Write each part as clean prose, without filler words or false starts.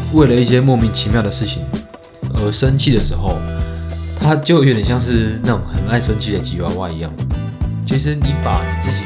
为了一些莫名其妙的事情而生气的时候，他就有点像是那种很爱生气的吉娃娃一样。其实你把你自己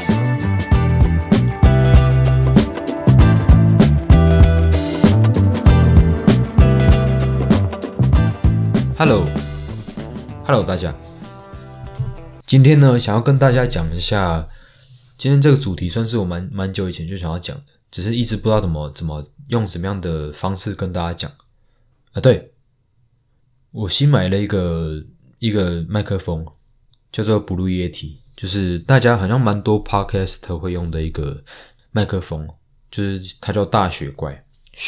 Hello 大家，今天呢想要跟大家讲一下，今天这个主题算是我蛮久以前就想要讲的，只是一直不知道怎么用什么样的方式跟大家讲。对，我新买了一个麦克风，叫做 Blue Yeti， 就是大家好像蛮多 podcast 会用的一个麦克风，就是它叫大雪怪。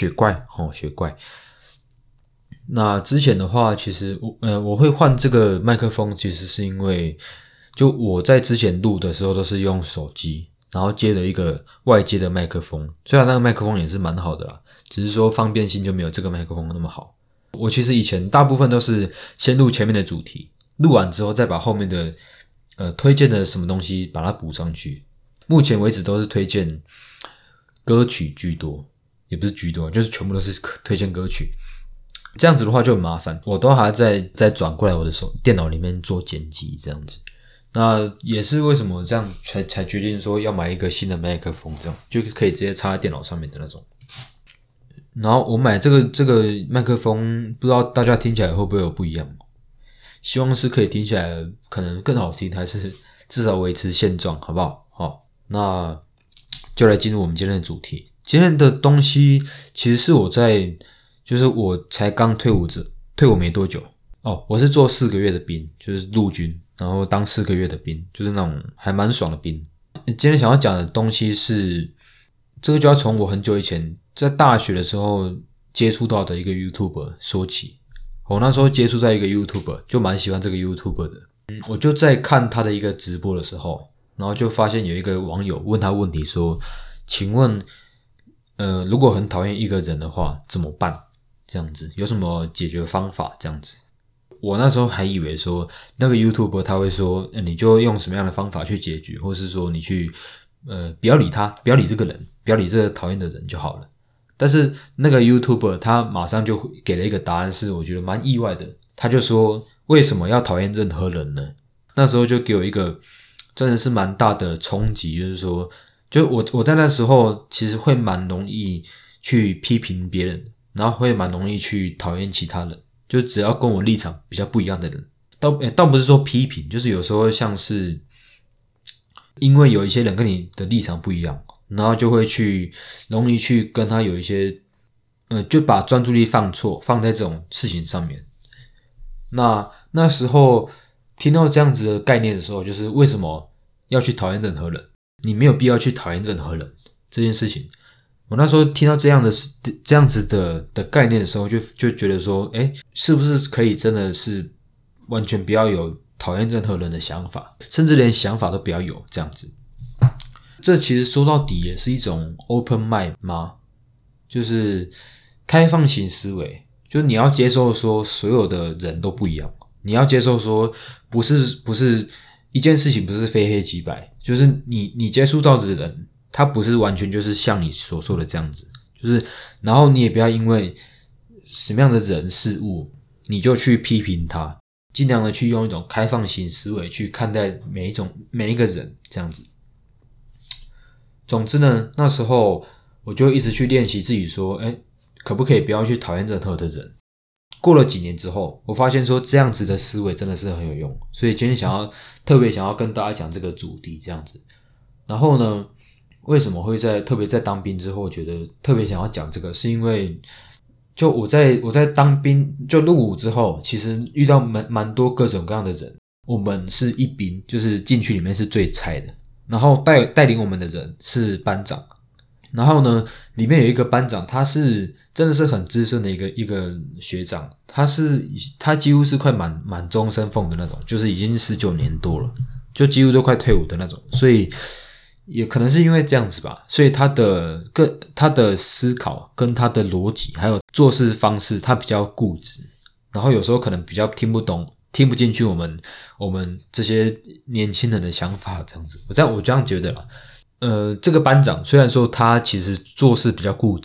那之前的话，其实我会换这个麦克风，其实是因为就我在之前录的时候都是用手机，然后接了一个外接的麦克风，虽然那个麦克风也是蛮好的啦，只是说方便性就没有这个麦克风那么好。我其实以前大部分都是先录前面的主题，录完之后再把后面的推荐的什么东西把它补上去。目前为止都是推荐歌曲居多，也不是居多，就是全部都是推荐歌曲。这样子的话就很麻烦，我都还再转过来我的电脑里面做剪辑这样子。那也是为什么这样才决定说要买一个新的麦克风，这样就可以直接插在电脑上面的那种。然后我买这个麦克风，不知道大家听起来会不会有不一样？希望是可以听起来可能更好听，还是至少维持现状，好不好？好，那就来进入我们今天的主题。今天的东西其实是就是我才刚退伍没多久我是做4个月的兵，就是陆军，然后当4个月的兵，就是那种还蛮爽的兵。今天想要讲的东西是这个，就要从我很久以前在大学的时候接触到的一个 YouTuber 说起。我那时候接触在一个 YouTuber， 就蛮喜欢这个 YouTuber 的。我就在看他的一个直播的时候，然后就发现有一个网友问他问题说，请问如果很讨厌一个人的话怎么办？这样子有什么解决方法？这样子，我那时候还以为说那个 YouTuber 他会说，你就用什么样的方法去解决，或是说你去不要理他，不要理这个人，不要理这个讨厌的人就好了。但是那个 YouTuber 他马上就给了一个答案，是我觉得蛮意外的。他就说为什么要讨厌任何人呢？那时候就给我一个真的是蛮大的冲击，就是说，就我在那时候其实会蛮容易去批评别人，然后会蛮容易去讨厌其他人，就只要跟我立场比较不一样的人，倒不是说批评，就是有时候像是因为有一些人跟你的立场不一样，然后就会容易去跟他有一些就把专注力放在这种事情上面。那时候听到这样子的概念的时候，就是为什么要去讨厌任何人？你没有必要去讨厌任何人这件事情。我那时候听到这样子的概念的时候，就觉得说，是不是可以真的是完全不要有讨厌任何人的想法，甚至连想法都不要有这样子。这其实说到底也是一种 open mind 吗？就是开放型思维，就是你要接受说所有的人都不一样，你要接受说不是一件事情不是非黑即白，就是你接触到的人，他不是完全就是像你所说的这样子，就是然后你也不要因为什么样的人事物你就去批评他，尽量的去用一种开放型思维去看待每一个人这样子。总之呢，那时候我就一直去练习自己说，可不可以不要去讨厌任何的人。过了几年之后，我发现说这样子的思维真的是很有用，所以今天特别想要跟大家讲这个主题这样子。然后呢，为什么会特别在当兵之后觉得特别想要讲这个，是因为就我在当兵就入伍之后，其实遇到蛮多各种各样的人。我们是一兵，就是进去里面是最菜的，然后带领我们的人是班长。然后呢，里面有一个班长，他是真的是很资深的一个学长，他几乎是快满终身俸的那种，就是已经19年多了，就几乎都快退伍的那种。所以也可能是因为这样子吧，所以他的思考跟他的逻辑还有做事方式，他比较固执，然后有时候可能比较听不进去我们这些年轻人的想法这样子。我这样觉得啦。这个班长虽然说他其实做事比较固执，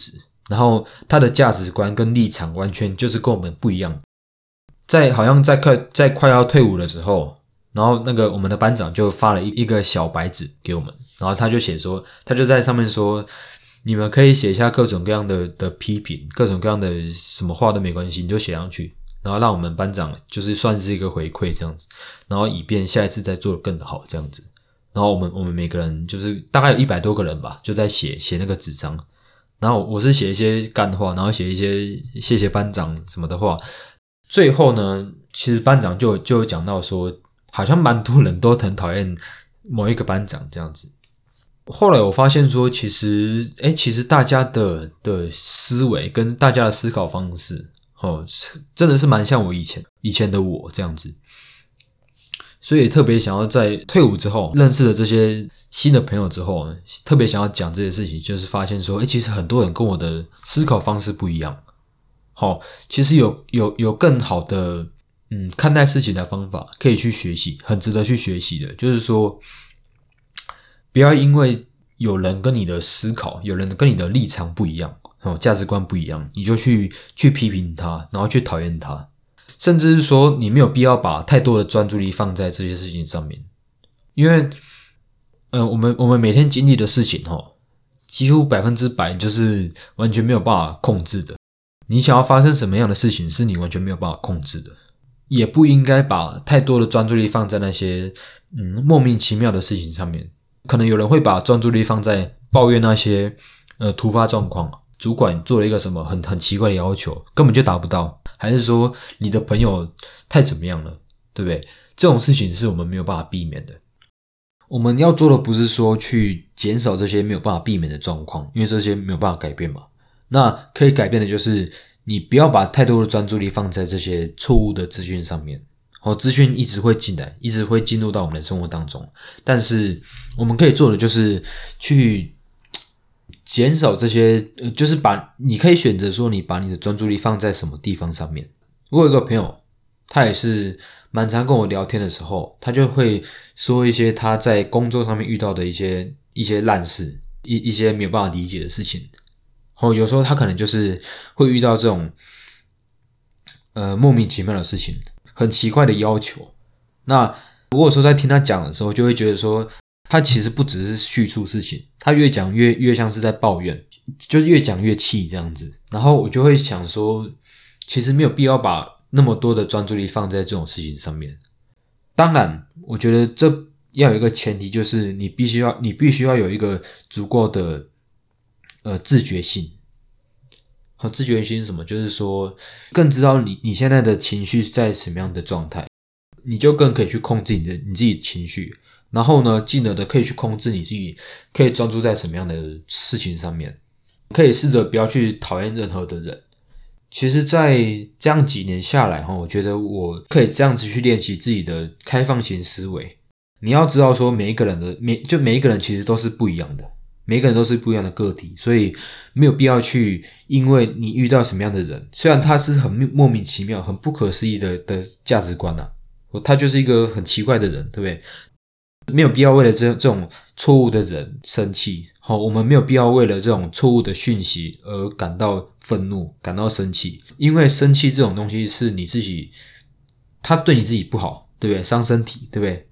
然后他的价值观跟立场完全就是跟我们不一样。好像在快要退伍的时候，然后我们的班长就发了一个小白纸给我们，然后他就写说，他就在上面说，你们可以写下各种各样的批评，各种各样的什么话都没关系，你就写上去，然后让我们班长就是算是一个回馈这样子，然后以便下一次再做得更好这样子。然后我们每个人就是大概有100多个人吧，就在写那个纸张。然后我是写一些干话，然后写一些谢谢班长什么的话。最后呢，其实班长就有讲到说，好像蛮多人都很讨厌某一个班长这样子。后来我发现说，其实大家的思维跟大家的思考方式，真的是蛮像我以前的我这样子。所以特别想要在退伍之后认识了这些新的朋友之后，特别想要讲这些事情，就是发现说，其实很多人跟我的思考方式不一样。其实有更好的看待事情的方法可以去学习，很值得去学习的。就是说，不要因为有人跟你的思考，有人跟你的立场不一样，价值观不一样，你就去批评他，然后去讨厌他，甚至是说你没有必要把太多的专注力放在这些事情上面，因为我们每天经历的事情几乎100%就是完全没有办法控制的。你想要发生什么样的事情是你完全没有办法控制的，也不应该把太多的专注力放在那些莫名其妙的事情上面。可能有人会把专注力放在抱怨那些突发状况，主管做了一个什么很奇怪的要求，根本就达不到，还是说你的朋友太怎么样了，对不对？这种事情是我们没有办法避免的。我们要做的不是说去减少这些没有办法避免的状况，因为这些没有办法改变嘛。那可以改变的就是你不要把太多的专注力放在这些错误的资讯上面。资讯一直会进来，一直会进入到我们的生活当中，但是我们可以做的就是去减少这些，就是你可以选择说你把你的专注力放在什么地方上面。我有一个朋友，他也是蛮常跟我聊天的时候，他就会说一些他在工作上面遇到的一些烂事，一些没有办法理解的事情。有时候他可能就是会遇到这种莫名其妙的事情，很奇怪的要求。那如果说在听他讲的时候，就会觉得说他其实不只是叙述事情，他越讲越像是在抱怨，就是越讲越气这样子。然后我就会想说，其实没有必要把那么多的专注力放在这种事情上面。当然我觉得这要有一个前提，就是你必须要有一个足够的自觉性。自觉性是什么？就是说更知道你现在的情绪在什么样的状态，你就更可以去控制你自己的情绪，然后呢进而的可以去控制你自己可以专注在什么样的事情上面，可以试着不要去讨厌任何的人。其实在这样几年下来，我觉得我可以这样子去练习自己的开放型思维。你要知道说每一个人其实都是不一样的，每个人都是不一样的个体，所以没有必要去因为你遇到什么样的人，虽然他是很莫名其妙很不可思议的价值观他就是一个很奇怪的人，对不对？没有必要为了这种错误的人生气，我们没有必要为了这种错误的讯息而感到愤怒，感到生气，因为生气这种东西是你自己，他对你自己不好，对不对？伤身体，对不对？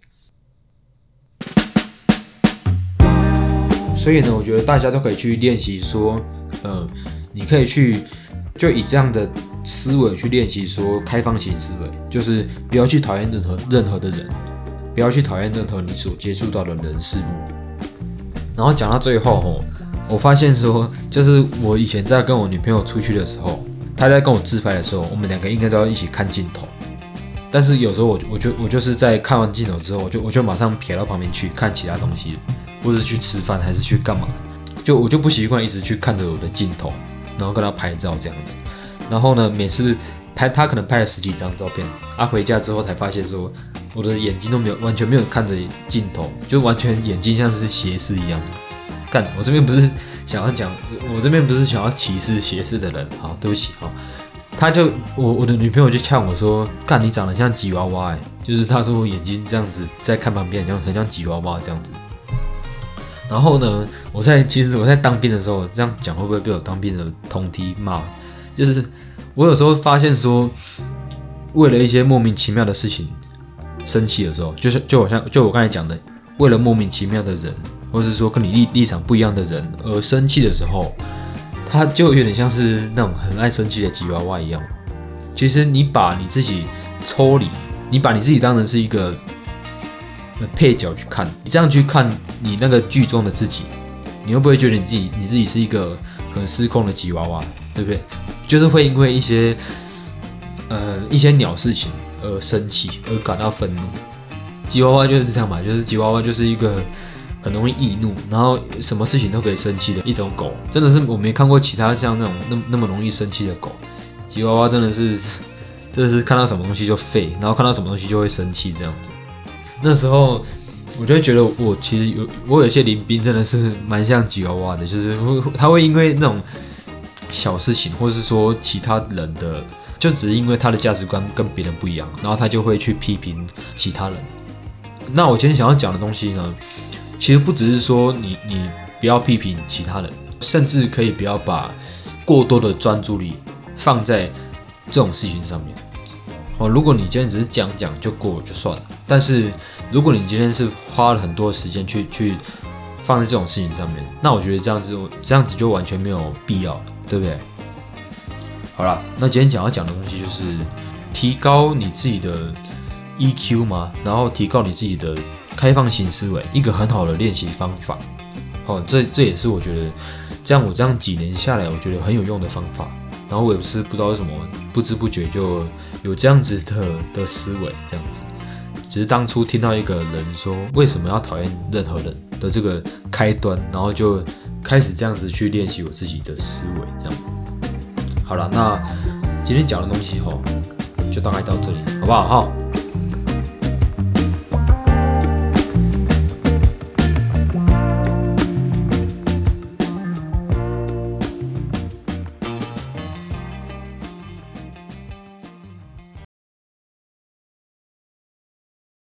所以呢，我觉得大家都可以去练习说，你可以去就以这样的思维去练习说开放型思维，就是不要去讨厌任何的人，不要去讨厌任何你所接触到的人事物。然后讲到最后我发现说，就是我以前在跟我女朋友出去的时候，她在跟我自拍的时候，我们两个应该都要一起看镜头。但是有时候我就是在看完镜头之后，我就马上撇到旁边去看其他东西，或者是去吃饭还是去干嘛，我就不习惯一直去看着我的镜头，然后跟她拍照这样子。然后呢，每次她可能拍了10几张照片，回家之后才发现说，我的眼睛都完全没有看着镜头，就完全眼睛像是斜视一样。干，我这边不是想要歧视斜视的人，好，对不起，好。我的女朋友就呛我说，干，你长得像吉娃娃就是她说我眼睛这样子在看旁边很像吉娃娃这样子。 然后呢，其实我在当兵的时候这样讲会不会被我当兵的同梯骂？就是我有时候发现说，为了一些莫名其妙的事情生气的时候，就好像我刚才讲的，为了莫名其妙的人，或是说跟你立场不一样的人而生气的时候，他就有点像是那种很爱生气的吉娃娃一样。其实你把你自己抽离，你把你自己当成是一个配角去看，你这样去看你那个剧中的自己，你会不会觉得你自己是一个很失控的吉娃娃，对不对？就是会因为一些鸟事情而生气，而感到愤怒。吉娃娃就是这样嘛，就是吉娃娃就是一个很容易易怒，然后什么事情都可以生气的一种狗。真的是我没看过其他像那种那么容易生气的狗。吉娃娃真的是看到什么东西就吠，然后看到什么东西就会生气这样子。那时候我就会觉得其实我有些邻兵真的是蛮像吉娃娃的，就是他会因为那种小事情，或是说其他人的，就只是因为他的价值观跟别人不一样，然后他就会去批评其他人。那我今天想要讲的东西呢，其实不只是说你不要批评其他人，甚至可以不要把过多的专注力放在这种事情上面。如果你今天只是讲就过就算了，但是如果你今天是花了很多时间去放在这种事情上面，那我觉得这样子就完全没有必要了，对不对？好啦，那今天要讲的东西就是提高你自己的 EQ 嘛，然后提高你自己的开放型思维，一个很好的练习方法。这也是我觉得我这样几年下来，我觉得很有用的方法。然后我也是不知道为什么，不知不觉就有这样子的思维，这样子。只是当初听到一个人说为什么要讨厌任何人的这个开端，然后就开始这样子去练习我自己的思维，这样。好了，那今天讲的东西就大概到这里，好不好？